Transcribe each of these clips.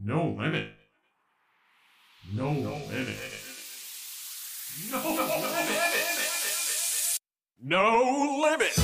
No limit. No limit. No limit. No limit.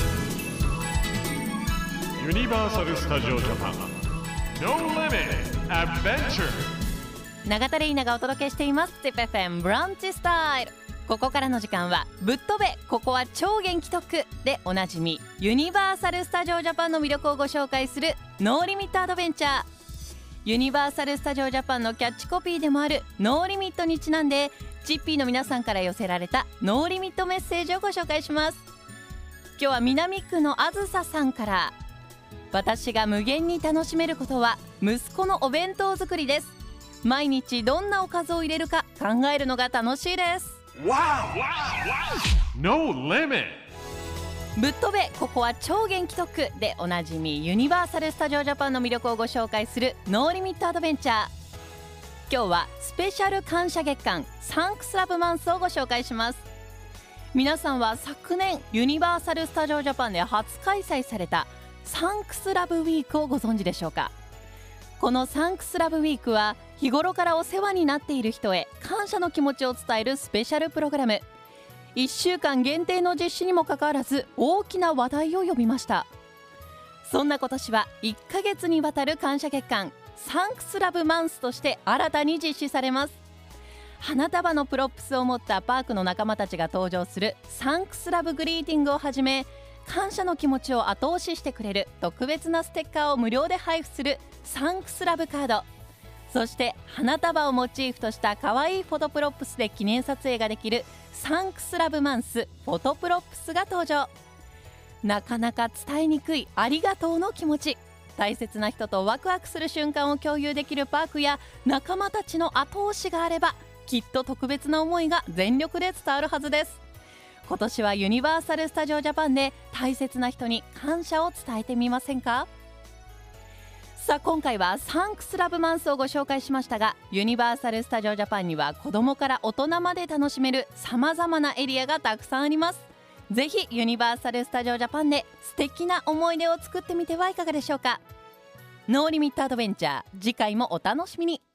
ユニバーサル・スタジオ・ジャパン No Limit Adventure。 永田玲奈がお届けしています ZIP-FM ブランチスタイル。ここからの時間はぶっ飛べここは超元気特区でおなじみユニバーサル・スタジオ・ジャパンの魅力をご紹介するノーリミットアドベンチャー。ユニバーサル・スタジオ・ジャパンのキャッチコピーでもあるノーリミットにちなんでチッピーの皆さんから寄せられたノーリミットメッセージをご紹介します。今日は南区のあずささんから、私が無限に楽しめることは息子のお弁当作りです。毎日どんなおかずを入れるか考えるのが楽しいです。 No Limit。 ぶっ飛べここは超元気特区でおなじみユニバーサル・スタジオ・ジャパンの魅力をご紹介するノーリミットアドベンチャー。今日はスペシャル感謝月間サンクスラブマンスをご紹介します。皆さんは昨年ユニバーサル・スタジオ・ジャパンで初開催されたサンクスラブウィークをご存知でしょうか。このサンクスラブウィークは日頃からお世話になっている人へ感謝の気持ちを伝えるスペシャルプログラム。1週間限定の実施にもかかわらず大きな話題を呼びました。そんな今年は1ヶ月にわたる感謝月間サンクスラブマンスとして新たに実施されます。花束のプロップスを持ったパークの仲間たちが登場するサンクスラブグリーティングをはじめ、感謝の気持ちを後押ししてくれる特別なステッカーを無料で配布するサンクスラブカード、そして花束をモチーフとした可愛いフォトプロップスで記念撮影ができるサンクスラブマンスフォトプロップスが登場。なかなか伝えにくいありがとうの気持ち、大切な人とワクワクする瞬間を共有できるパークや仲間たちの後押しがあれば、きっと特別な思いが全力で伝わるはずです。今年はユニバーサル・スタジオ・ジャパンで大切な人に感謝を伝えてみませんか。さあ今回はサンクスラブマンスをご紹介しましたが、ユニバーサル・スタジオ・ジャパンには子どもから大人まで楽しめるさまざまなエリアがたくさんあります。ぜひユニバーサル・スタジオ・ジャパンで素敵な思い出を作ってみてはいかがでしょうか。ノーリミットアドベンチャー、次回もお楽しみに。